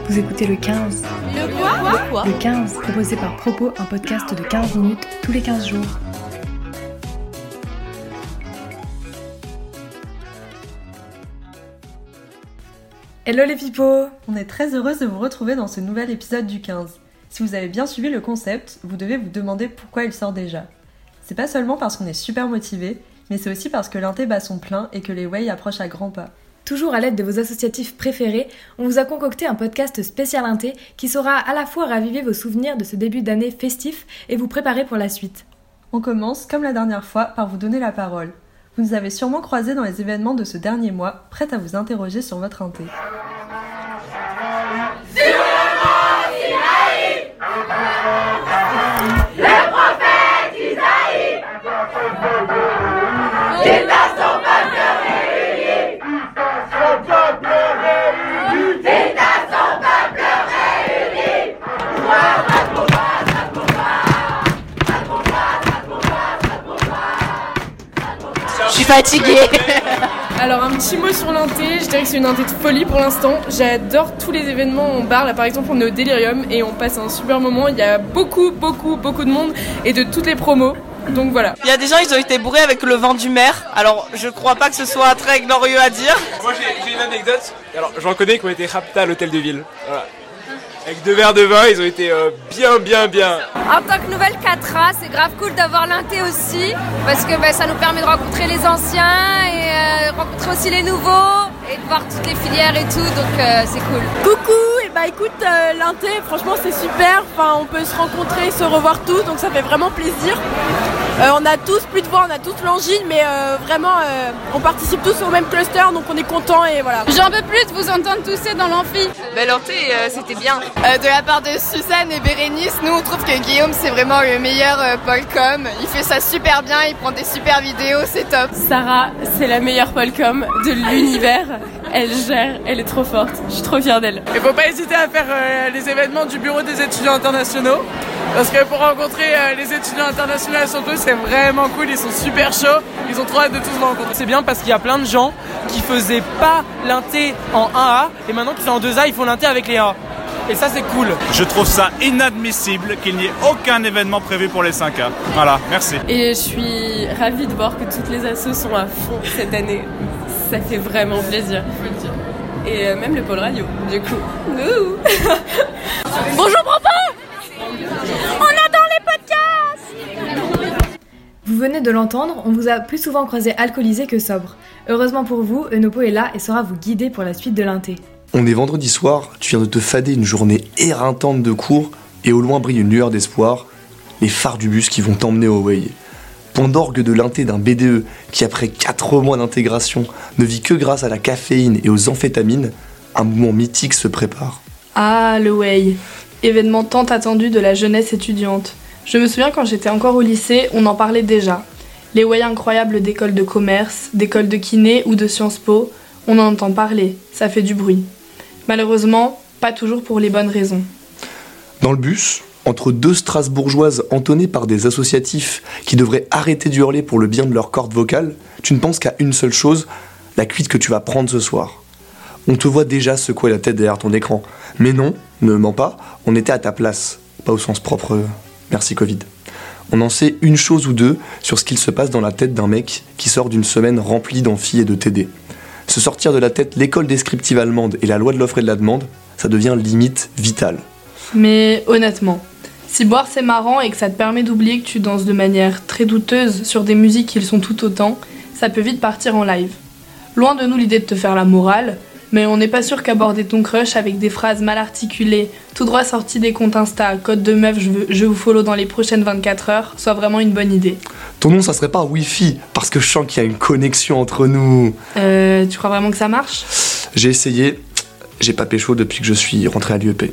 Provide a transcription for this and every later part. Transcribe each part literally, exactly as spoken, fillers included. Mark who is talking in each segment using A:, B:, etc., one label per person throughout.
A: Vous écoutez le quinze.
B: Le quoi ? Le quoi ?
A: Le quinze, proposé par Propos, un podcast de quinze minutes tous les quinze jours.
C: Hello les pipos! On est très heureuse de vous retrouver dans ce nouvel épisode du quinze. Si vous avez bien suivi le concept, vous devez vous demander pourquoi il sort déjà. C'est pas seulement parce qu'on est super motivé, mais c'est aussi parce que l'inté bat son plein et que les Way approchent à grands pas.
A: Toujours à l'aide de vos associatifs préférés, on vous a concocté un podcast spécial inté qui saura à la fois raviver vos souvenirs de ce début d'année festif et vous préparer pour la suite.
C: On commence, comme la dernière fois, par vous donner la parole. Vous nous avez sûrement croisés dans les événements de ce dernier mois, prêtes à vous interroger sur votre inté.
D: Le prophète Isaïe est à son peuple réuni. C'est à son peuple réuni.
B: Je suis fatiguée.
E: Alors un petit mot sur l'inté, je dirais que c'est une inté de folie pour l'instant. J'adore tous les événements où on barre. Là par exemple on est au Delirium et on passe un super moment. Il y a beaucoup beaucoup beaucoup de monde et de toutes les promos. Donc voilà.
F: Il y a des gens, ils ont été bourrés avec le vin du maire. Alors je crois pas que ce soit très glorieux à dire.
G: Moi j'ai, j'ai une anecdote. Alors j'en connais qui ont été raptés à l'hôtel de ville. Voilà. Avec deux verres de vin, ils ont été euh, bien bien bien.
H: En tant que nouvelle quatre A, c'est grave cool d'avoir l'inté aussi, parce que bah, ça nous permet de rencontrer les anciens et euh, rencontrer aussi les nouveaux et de voir toutes les filières et tout, donc euh, c'est cool.
I: Coucou, et bah écoute, euh, l'inté, franchement c'est super, enfin on peut se rencontrer, se revoir tous, donc ça fait vraiment plaisir. Euh, on a tous plus de voix, on a tous l'angine, mais euh, vraiment euh, on participe tous au même cluster, donc on est contents et voilà.
H: J'en peux plus de vous entendre tousser dans l'amphi.
F: Bah, l'inté, euh, c'était bien.
H: Euh, de la part de Suzanne et Bérénice, nous on trouve que Guillaume c'est vraiment le meilleur euh, Polcom. Il fait ça super bien, il prend des super vidéos, c'est top.
I: Sarah, c'est la meilleure Polcom de l'univers. Elle gère, elle est trop forte. Je suis trop fière d'elle.
E: Il faut pas hésiter à faire euh, les événements du bureau des étudiants internationaux. Parce que pour rencontrer euh, les étudiants internationaux à Santo, c'est vraiment cool, ils sont super chauds, ils ont trop hâte de tous se rencontrer.
G: C'est bien parce qu'il y a plein de gens qui faisaient pas l'inté en un A et maintenant qu'ils sont en deux A, ils font l'inté avec les A. Et ça c'est cool.
J: Je trouve ça inadmissible qu'il n'y ait aucun événement prévu pour les cinq A. Voilà, merci.
I: Et je suis ravie de voir que toutes les assos sont à fond cette année. Ça fait vraiment plaisir, faut le dire. Et euh, même le pôle radio, du coup. Ouh. Bonjour Propos. On adore les podcasts.
A: Vous venez de l'entendre, on vous a plus souvent croisé alcoolisé que sobre. Heureusement pour vous, Enopo est là et saura vous guider pour la suite de l'inté.
K: On est vendredi soir, tu viens de te fader une journée éreintante de cours et au loin brille une lueur d'espoir, les phares du bus qui vont t'emmener au Way. Point d'orgue de l'inté d'un B D E qui après quatre mois d'intégration ne vit que grâce à la caféine et aux amphétamines, un moment mythique se prépare.
L: Ah, le Way, événement tant attendu de la jeunesse étudiante. Je me souviens quand j'étais encore au lycée, on en parlait déjà. Les Way incroyables d'écoles de commerce, d'écoles de kiné ou de Sciences Po, on en entend parler, ça fait du bruit. Malheureusement, pas toujours pour les bonnes raisons.
K: Dans le bus, entre deux Strasbourgeoises entonnées par des associatifs qui devraient arrêter de hurler pour le bien de leur corde vocale, tu ne penses qu'à une seule chose, la cuite que tu vas prendre ce soir. On te voit déjà secouer la tête derrière ton écran. Mais non, ne mens pas, on était à ta place. Pas au sens propre, euh, merci Covid. On en sait une chose ou deux sur ce qu'il se passe dans la tête d'un mec qui sort d'une semaine remplie d'amphi et de T D. Se sortir de la tête l'école descriptive allemande et la loi de l'offre et de la demande, ça devient limite vital.
L: Mais honnêtement, si boire c'est marrant et que ça te permet d'oublier que tu danses de manière très douteuse sur des musiques qui le sont tout autant, ça peut vite partir en live. Loin de nous l'idée de te faire la morale, mais on n'est pas sûr qu'aborder ton crush avec des phrases mal articulées, tout droit sorties des comptes Insta, code de meuf, je, veux, je vous follow dans les prochaines vingt-quatre heures, soit vraiment une bonne idée.
K: Ton nom ça serait pas Wi-Fi, parce que je sens qu'il y a une connexion entre nous.
L: Euh, tu crois vraiment que ça marche ?
K: J'ai essayé, j'ai pas pécho depuis que je suis rentré à l'U E P.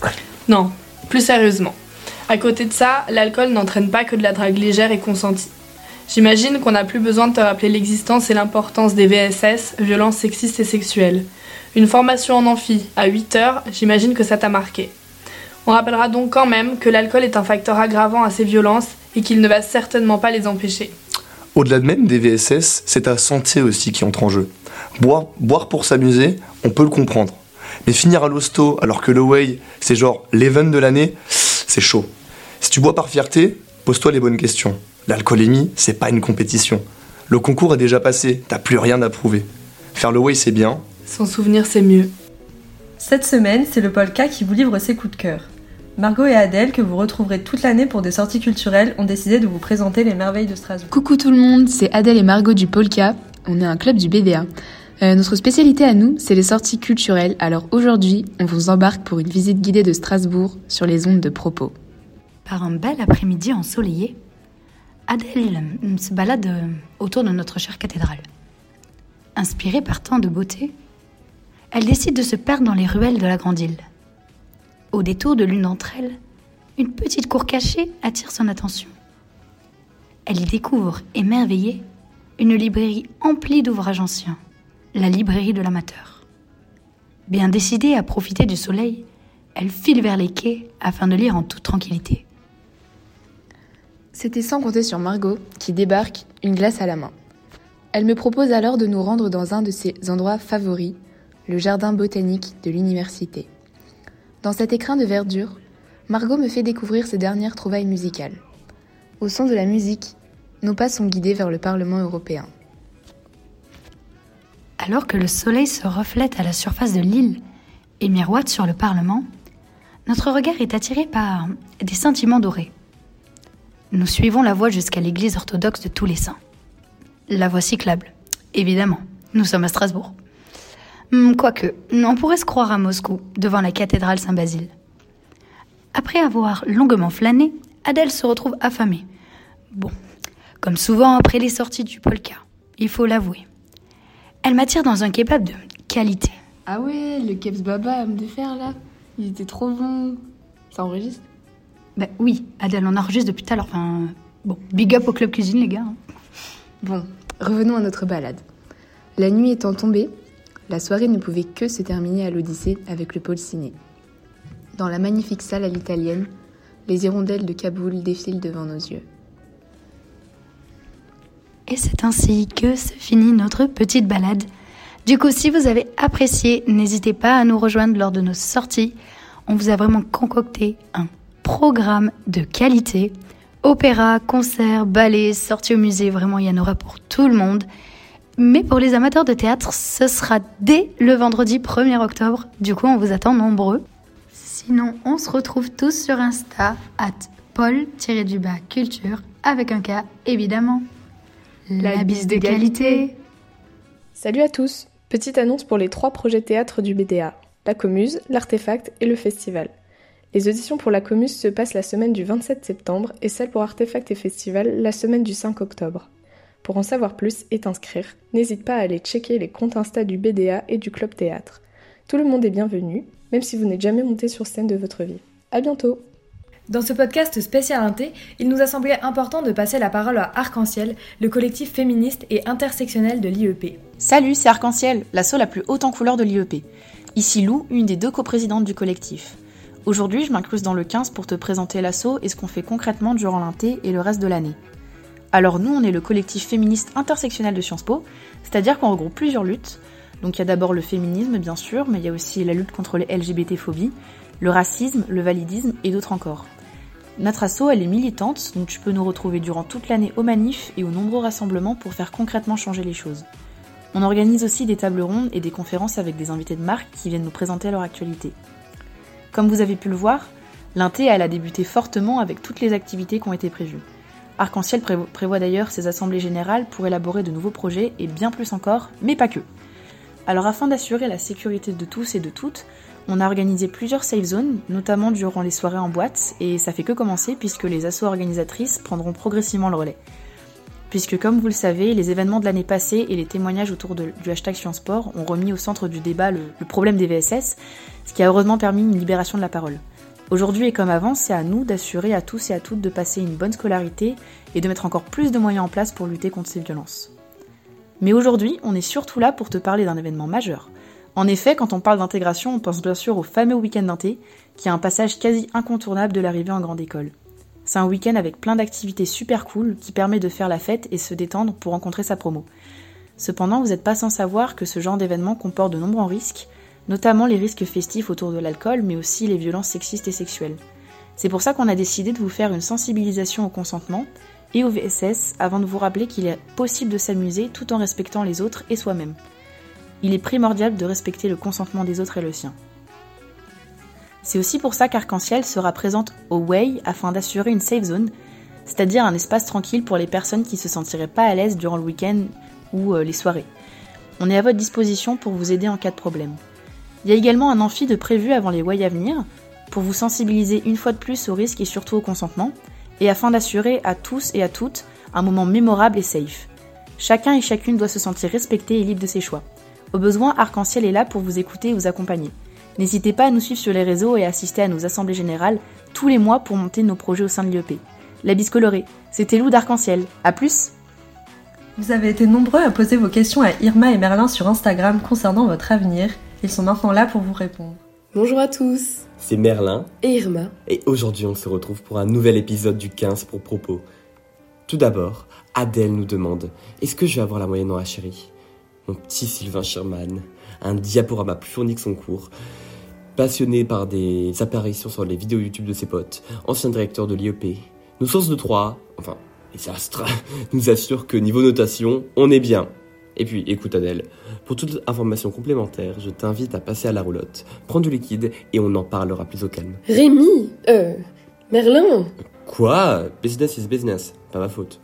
L: Non, plus sérieusement. À côté de ça, l'alcool n'entraîne pas que de la drague légère et consentie. J'imagine qu'on n'a plus besoin de te rappeler l'existence et l'importance des V S S, violences sexistes et sexuelles. Une formation en amphi à huit heures, j'imagine que ça t'a marqué. On rappellera donc quand même que l'alcool est un facteur aggravant à ces violences et qu'il ne va certainement pas les empêcher.
K: Au-delà de même des V S S, c'est ta santé aussi qui entre en jeu. Boire, boire pour s'amuser, on peut le comprendre. Mais finir à l'hosto alors que l'away, c'est genre l'event de l'année, c'est chaud. Si tu bois par fierté, pose-toi les bonnes questions. L'alcoolémie, c'est pas une compétition. Le concours est déjà passé, t'as plus rien à prouver. Faire l'away, c'est bien.
L: S'en souvenir, c'est mieux.
C: Cette semaine, c'est le Polka qui vous livre ses coups de cœur. Margot et Adèle, que vous retrouverez toute l'année pour des sorties culturelles, ont décidé de vous présenter les merveilles de Strasbourg.
M: Coucou tout le monde, c'est Adèle et Margot du Polka. On est un club du B D A. Euh, notre spécialité à nous, c'est les sorties culturelles. Alors aujourd'hui, on vous embarque pour une visite guidée de Strasbourg sur les ondes de Propos.
N: Par un bel après-midi ensoleillé, Adèle se balade autour de notre chère cathédrale. Inspirée par tant de beauté, elle décide de se perdre dans les ruelles de la grande île. Au détour de l'une d'entre elles, une petite cour cachée attire son attention. Elle y découvre, émerveillée, une librairie emplie d'ouvrages anciens, la librairie de l'amateur. Bien décidée à profiter du soleil, elle file vers les quais afin de lire en toute tranquillité.
M: C'était sans compter sur Margot, qui débarque, une glace à la main. Elle me propose alors de nous rendre dans un de ses endroits favoris, le jardin botanique de l'université. Dans cet écrin de verdure, Margot me fait découvrir ses dernières trouvailles musicales. Au son de la musique, nos pas sont guidés vers le Parlement européen.
N: Alors que le soleil se reflète à la surface de l'île et miroite sur le Parlement, notre regard est attiré par des sentiments dorés. Nous suivons la voie jusqu'à l'église orthodoxe de tous les saints. La voie cyclable, évidemment, nous sommes à Strasbourg. Quoique, on pourrait se croire à Moscou, devant la cathédrale Saint-Basile. Après avoir longuement flâné, Adèle se retrouve affamée. Bon, comme souvent après les sorties du Polka, il faut l'avouer. Elle m'attire dans un kebab de qualité.
L: Ah ouais, le kebs baba homme de fer là, il était trop bon. Ça enregistre ?
N: Bah oui, Adèle, on enregistre depuis tout à l'heure. Enfin, bon, big up au club cuisine les gars. Hein.
M: Bon, revenons à notre balade. La nuit étant tombée, la soirée ne pouvait que se terminer à l'Odyssée avec le pôle ciné. Dans la magnifique salle à l'italienne, les hirondelles de Kaboul défilent devant nos yeux.
N: Et c'est ainsi que se finit notre petite balade. Du coup, si vous avez apprécié, n'hésitez pas à nous rejoindre lors de nos sorties. On vous a vraiment concocté un programme de qualité. Opéra, concerts, ballets, sorties au musée, vraiment il y en aura pour tout le monde. Mais pour les amateurs de théâtre, ce sera dès le vendredi premier octobre. Du coup, on vous attend nombreux. Sinon, on se retrouve tous sur Insta, at paul-du-bas culture, avec un K, évidemment. La, La bise de, de qualité. qualité.
E: Salut à tous. Petite annonce pour les trois projets théâtre du B D A. La Comuse, l'Artefact et le Festival. Les auditions pour la Comuse se passent la semaine du vingt-sept septembre et celle pour Artefact et Festival la semaine du cinq octobre. Pour en savoir plus et t'inscrire, n'hésite pas à aller checker les comptes Insta du B D A et du Club Théâtre. Tout le monde est bienvenu, même si vous n'êtes jamais monté sur scène de votre vie. À bientôt.
A: Dans ce podcast spécial Inté, il nous a semblé important de passer la parole à Arc-en-Ciel, le collectif féministe et intersectionnel de l'I E P.
O: Salut, c'est Arc-en-Ciel, l'asso la plus haute en couleur de l'I E P. Ici Lou, une des deux coprésidentes du collectif. Aujourd'hui, je m'incruse dans le quinze pour te présenter l'asso et ce qu'on fait concrètement durant l'Inté et le reste de l'année. Alors nous, on est le collectif féministe intersectionnel de Sciences Po, c'est-à-dire qu'on regroupe plusieurs luttes. Donc il y a d'abord le féminisme, bien sûr, mais il y a aussi la lutte contre les L G B T-phobies, le racisme, le validisme et d'autres encore. Notre asso, elle est militante, donc tu peux nous retrouver durant toute l'année aux manifs et aux nombreux rassemblements pour faire concrètement changer les choses. On organise aussi des tables rondes et des conférences avec des invités de marque qui viennent nous présenter leur actualité. Comme vous avez pu le voir, l'Inté, elle a débuté fortement avec toutes les activités qui ont été prévues. Arc-en-Ciel prévoit d'ailleurs ses assemblées générales pour élaborer de nouveaux projets et bien plus encore, mais pas que. Alors afin d'assurer la sécurité de tous et de toutes, on a organisé plusieurs safe zones, notamment durant les soirées en boîte, et ça fait que commencer puisque les assos organisatrices prendront progressivement le relais. Puisque comme vous le savez, les événements de l'année passée et les témoignages autour de, du hashtag Sciencesport ont remis au centre du débat le, le problème des V S S, ce qui a heureusement permis une libération de la parole. Aujourd'hui et comme avant, c'est à nous d'assurer à tous et à toutes de passer une bonne scolarité et de mettre encore plus de moyens en place pour lutter contre ces violences. Mais aujourd'hui, on est surtout là pour te parler d'un événement majeur. En effet, quand on parle d'intégration, on pense bien sûr au fameux week-end d'Inté, qui est un passage quasi incontournable de l'arrivée en grande école. C'est un week-end avec plein d'activités super cool qui permet de faire la fête et se détendre pour rencontrer sa promo. Cependant, vous n'êtes pas sans savoir que ce genre d'événement comporte de nombreux risques, notamment les risques festifs autour de l'alcool, mais aussi les violences sexistes et sexuelles. C'est pour ça qu'on a décidé de vous faire une sensibilisation au consentement et au V S S avant de vous rappeler qu'il est possible de s'amuser tout en respectant les autres et soi-même. Il est primordial de respecter le consentement des autres et le sien. C'est aussi pour ça qu'Arc-en-Ciel sera présente au Way afin d'assurer une safe zone, c'est-à-dire un espace tranquille pour les personnes qui se sentiraient pas à l'aise durant le week-end ou euh, les soirées. On est à votre disposition pour vous aider en cas de problème. Il y a également un amphi de prévu avant les Way à venir, pour vous sensibiliser une fois de plus aux risques et surtout au consentement, et afin d'assurer à tous et à toutes un moment mémorable et safe. Chacun et chacune doit se sentir respecté et libre de ses choix. Au besoin, Arc-en-Ciel est là pour vous écouter et vous accompagner. N'hésitez pas à nous suivre sur les réseaux et à assister à nos assemblées générales tous les mois pour monter nos projets au sein de l'I E P. La bise colorée, c'était Lou d'Arc-en-Ciel. À plus!
C: Vous avez été nombreux à poser vos questions à Irma et Merlin sur Instagram concernant votre avenir. Ils sont maintenant là pour vous répondre.
P: Bonjour à tous,
Q: c'est Merlin
P: et Irma.
Q: Et aujourd'hui on se retrouve pour un nouvel épisode du quinze pour propos. Tout d'abord, Adèle nous demande « Est-ce que je vais avoir la moyenne en H R I ?» Mon petit Sylvain Sherman, un diaporama plus fourni que son cours, passionné par des apparitions sur les vidéos YouTube de ses potes, ancien directeur de l'I E P. Nos sources de trois, enfin les astres, nous assurent que niveau notation, on est bien. Et puis, écoute Adèle, pour toute information complémentaire, je t'invite à passer à la roulotte, prendre du liquide et on en parlera plus au calme.
P: Rémi, euh, Merlin.
Q: Quoi ? Business is business, pas ma faute.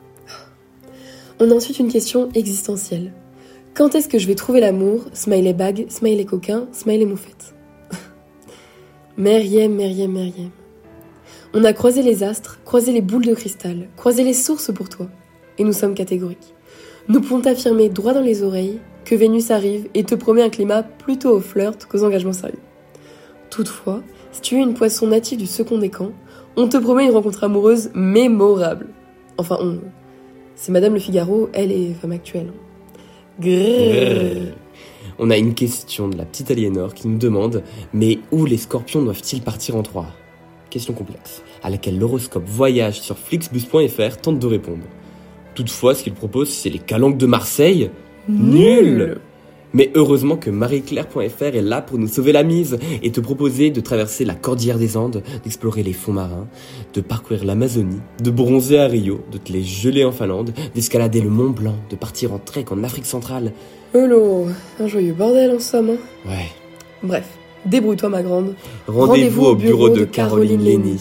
P: On a ensuite une question existentielle. Quand est-ce que je vais trouver l'amour ? Smiley bag, smiley coquin, smiley moufette. Meriem, Meriem, Meriem. On a croisé les astres, croisé les boules de cristal, croisé les sources pour toi. Et nous sommes catégoriques. Nous pouvons t'affirmer droit dans les oreilles que Vénus arrive et te promet un climat plutôt au flirt qu'aux engagements sérieux. Toutefois, si tu es une poisson native du second décan, on te promet une rencontre amoureuse mémorable. Enfin, on... c'est Madame Le Figaro, elle est femme actuelle. Grrr.
Q: On a une question de la petite Aliénor qui nous demande « Mais où les scorpions doivent-ils partir en trois ?» Question complexe, à laquelle l'horoscope Voyage sur flixbus point f r tente de répondre. Toutefois, ce qu'il propose, c'est les calanques de Marseille. Nul. Mais heureusement que marie claire point f r est là pour nous sauver la mise et te proposer de traverser la cordillère des Andes, d'explorer les fonds marins, de parcourir l'Amazonie, de bronzer à Rio, de te les geler en Finlande, d'escalader le Mont Blanc, de partir en trek en Afrique centrale.
P: Hello, un joyeux bordel en somme. Hein.
Q: Ouais.
P: Bref, débrouille-toi ma grande.
Q: Rendez-vous, Rendez-vous au bureau, bureau de, de Caroline Lenny.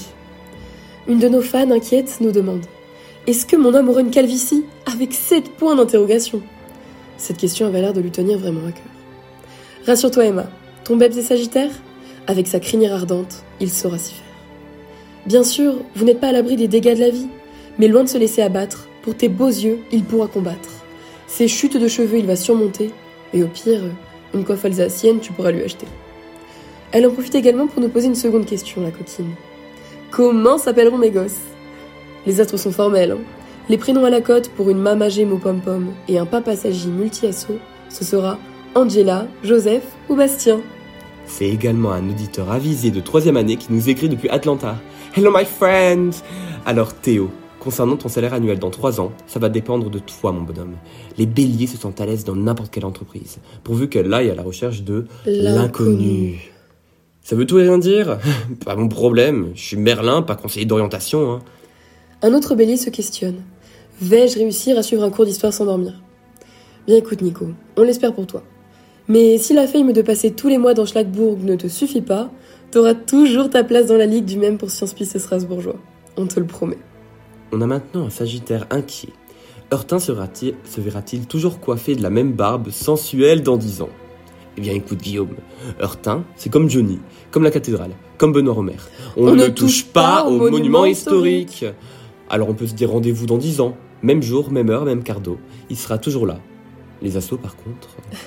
P: Une de nos fans inquiètes nous demande « Est-ce que mon homme aura une calvitie ?» avec sept points d'interrogation. Cette question avait l'air de lui tenir vraiment à cœur. Rassure-toi Emma, ton bébé est sagittaire ? Avec sa crinière ardente, il saura s'y faire. Bien sûr, vous n'êtes pas à l'abri des dégâts de la vie, mais loin de se laisser abattre, pour tes beaux yeux, il pourra combattre. Ses chutes de cheveux, il va surmonter, et au pire, une coiffe alsacienne, tu pourras lui acheter. Elle en profite également pour nous poser une seconde question, la coquine. Comment s'appelleront mes gosses ? Les astres sont formels, hein. Les prénoms à la cote pour une Mama Gémeaux Pom-Pom et un Papa Sagi multi-asso, ce sera Angela, Joseph ou Bastien.
Q: C'est également un auditeur avisé de troisième année qui nous écrit depuis Atlanta. Hello my friends. Alors Théo, concernant ton salaire annuel dans trois ans, ça va dépendre de toi mon bonhomme. Les béliers se sentent à l'aise dans n'importe quelle entreprise, pourvu qu'elle aille à la recherche de l'inconnu. l'inconnu. Ça veut tout et rien dire ? Pas mon problème, je suis Merlin, pas conseiller d'orientation. Hein.
P: Un autre bélier se questionne. Vais-je réussir à suivre un cours d'histoire sans dormir ? Bien écoute Nico, on l'espère pour toi. Mais si la fame de passer tous les mois dans Schlagbourg ne te suffit pas, t'auras toujours ta place dans la ligue du même pour Sciences Pis et Strasbourgeois. On te le promet.
Q: On a maintenant un Sagittaire inquiet. Heurtin se verra-t-il, se verra-t-il toujours coiffé de la même barbe sensuelle dans dix ans ? Eh bien écoute Guillaume, Heurtin, c'est comme Johnny, comme la cathédrale, comme Benoît Romer. On, on ne touche pas aux monuments historiques. Alors on peut se dire rendez-vous dans dix ans, même jour, même heure, même quart d'eau. Il sera toujours là. Les assos par contre...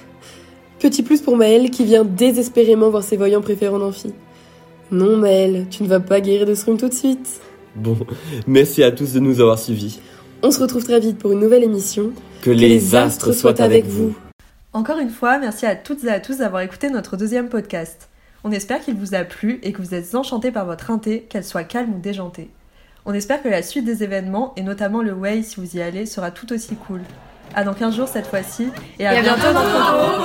P: Petit plus pour Maëlle qui vient désespérément voir ses voyants préférés en amphi. Non Maëlle, tu ne vas pas guérir de ce rhume tout de suite.
Q: Bon, merci à tous de nous avoir suivis.
P: On se retrouve très vite pour une nouvelle émission.
Q: Que, que les, les astres soient avec vous. vous.
C: Encore une fois, merci à toutes et à tous d'avoir écouté notre deuxième podcast. On espère qu'il vous a plu et que vous êtes enchantés par votre inté, qu'elle soit calme ou déjantée. On espère que la suite des événements, et notamment le Way si vous y allez, sera tout aussi cool. À dans quinze jours cette fois-ci, et à, et à bientôt, bientôt dans